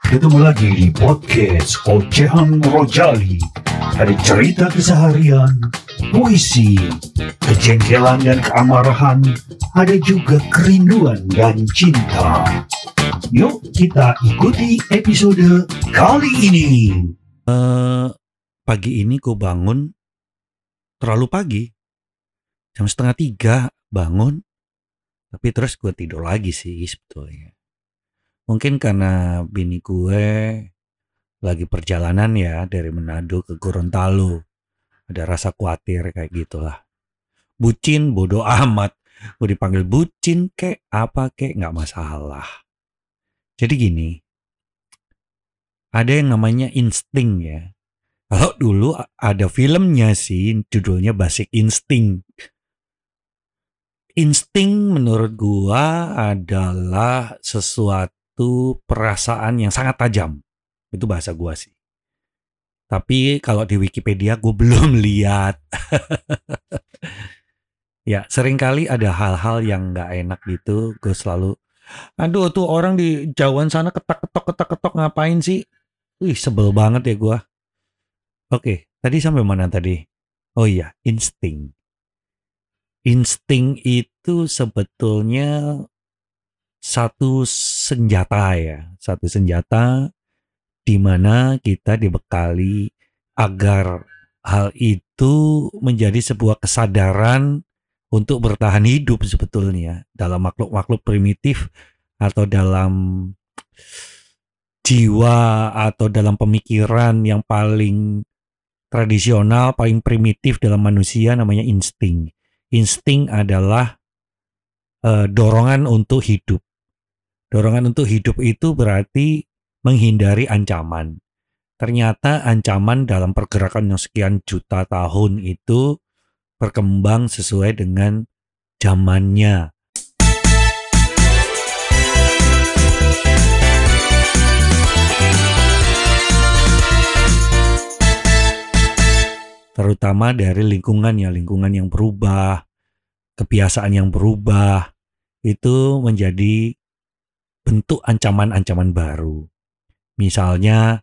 Ketemu lagi di podcast Ocehan Rojali. Ada cerita keseharian, puisi, kejengkelan dan keamarahan, ada juga kerinduan dan cinta. Yuk kita ikuti episode kali ini. Pagi ini gue bangun terlalu pagi, jam 2:30 bangun, tapi terus gue tidur lagi sih sebetulnya. Mungkin karena bini gue lagi perjalanan ya dari Manado ke Gorontalo, ada rasa khawatir kayak gitulah. Bucin bodo amat, gue dipanggil bucin kek apa kek nggak masalah. Jadi gini, ada yang namanya insting ya. Kalau dulu ada filmnya sih, judulnya Basic Instinct. Insting menurut gua adalah sesuatu perasaan yang sangat tajam. Itu bahasa gua sih. Tapi kalau di Wikipedia gua belum lihat. Ya, seringkali ada hal-hal yang nggak enak gitu. Gue selalu, aduh tuh orang di jauhan sana ketok-ketok ngapain sih? Wih, sebel banget ya gua. Oke, tadi sampai mana tadi? Oh iya, insting. Insting itu sebetulnya satu senjata ya, satu senjata di mana kita dibekali agar hal itu menjadi sebuah kesadaran untuk bertahan hidup sebetulnya dalam makhluk-makhluk primitif atau dalam jiwa atau dalam pemikiran yang paling tradisional, paling primitif dalam manusia namanya insting. Insting adalah dorongan untuk hidup. Dorongan untuk hidup itu berarti menghindari ancaman. Ternyata ancaman dalam pergerakan yang sekian juta tahun itu berkembang sesuai dengan zamannya. Terutama dari lingkungan yang berubah, kebiasaan yang berubah, itu menjadi bentuk ancaman-ancaman baru. Misalnya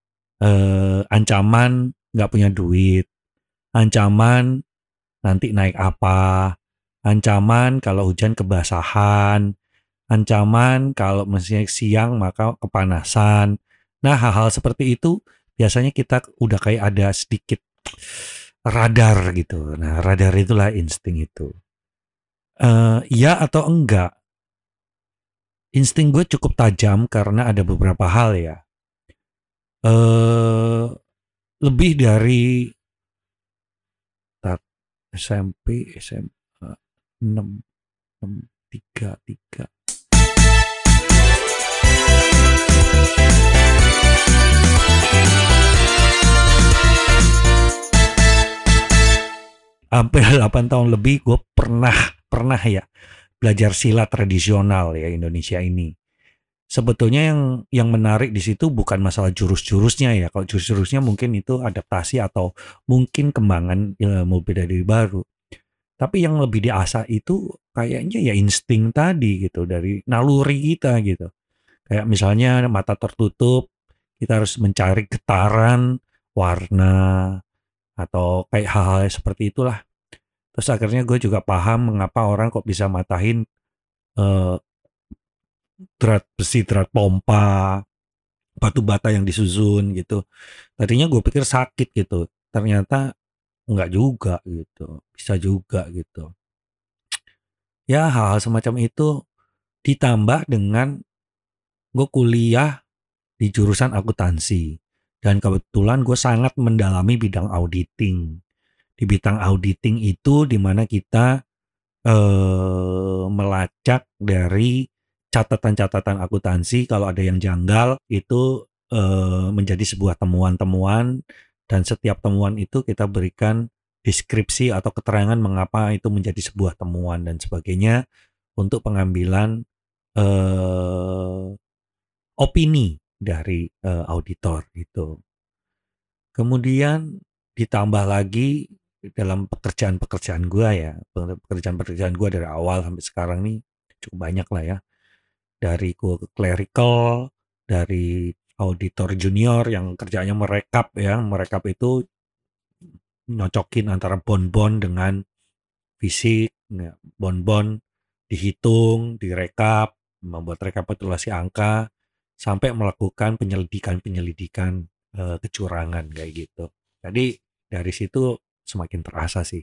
ancaman nggak punya duit, ancaman nanti naik apa, ancaman kalau hujan kebasahan, ancaman kalau misalnya siang maka kepanasan. Nah, hal-hal seperti itu biasanya kita udah kayak ada sedikit radar gitu. Nah, radar itulah insting itu. Iya atau enggak? Insting gue cukup tajam karena ada beberapa hal ya. Lebih dari SMP, SMA 6, 3. Hampir 8 tahun lebih gue pernah ya belajar silat tradisional ya Indonesia ini. Sebetulnya yang menarik di situ bukan masalah jurus-jurusnya ya. Kalau jurus-jurusnya mungkin itu adaptasi atau mungkin kembangan ilmu bela diri baru. Tapi yang lebih diasah itu kayaknya ya insting tadi gitu, dari naluri kita gitu. Kayak misalnya mata tertutup, kita harus mencari getaran, warna, atau kayak hal-hal seperti itulah. Terus akhirnya gue juga paham mengapa orang kok bisa matahin drat besi, drat pompa, batu bata yang disusun gitu. Tadinya gue pikir sakit gitu, ternyata enggak juga gitu, bisa juga gitu. Ya hal-hal semacam itu ditambah dengan gue kuliah di jurusan akuntansi dan kebetulan gue sangat mendalami bidang auditing. Di bidang auditing itu di mana kita melacak dari catatan-catatan akuntansi kalau ada yang janggal itu menjadi sebuah temuan-temuan dan setiap temuan itu kita berikan deskripsi atau keterangan mengapa itu menjadi sebuah temuan dan sebagainya untuk pengambilan opini dari auditor itu. Kemudian ditambah lagi dalam pekerjaan gue ya, pekerjaan gue dari awal sampai sekarang nih cukup banyak lah ya. Dari gue clerical, dari auditor junior yang kerjanya merekap ya, merekap itu nyocokin antara bonbon dengan fisik, ya, bonbon dihitung, direkap, membuat rekapitulasi angka, sampai melakukan penyelidikan kecurangan kayak gitu. Jadi dari situ semakin terasa sih.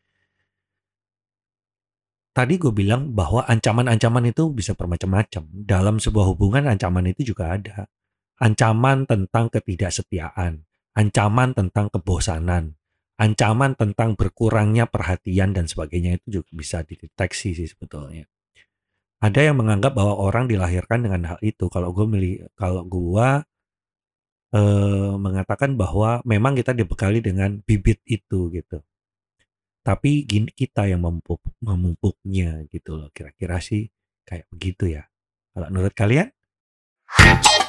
Tadi gue bilang bahwa ancaman-ancaman itu bisa bermacam-macam. Dalam sebuah hubungan ancaman itu juga ada. Ancaman tentang ketidaksetiaan, ancaman tentang kebosanan, ancaman tentang berkurangnya perhatian dan sebagainya itu juga bisa dideteksi sih sebetulnya. Ada yang menganggap bahwa orang dilahirkan dengan hal itu. Kalau gue mengatakan bahwa memang kita dibekali dengan bibit itu gitu. Tapi gini kita yang memupuknya gitu loh. Kira-kira sih kayak begitu ya. Kalau menurut kalian?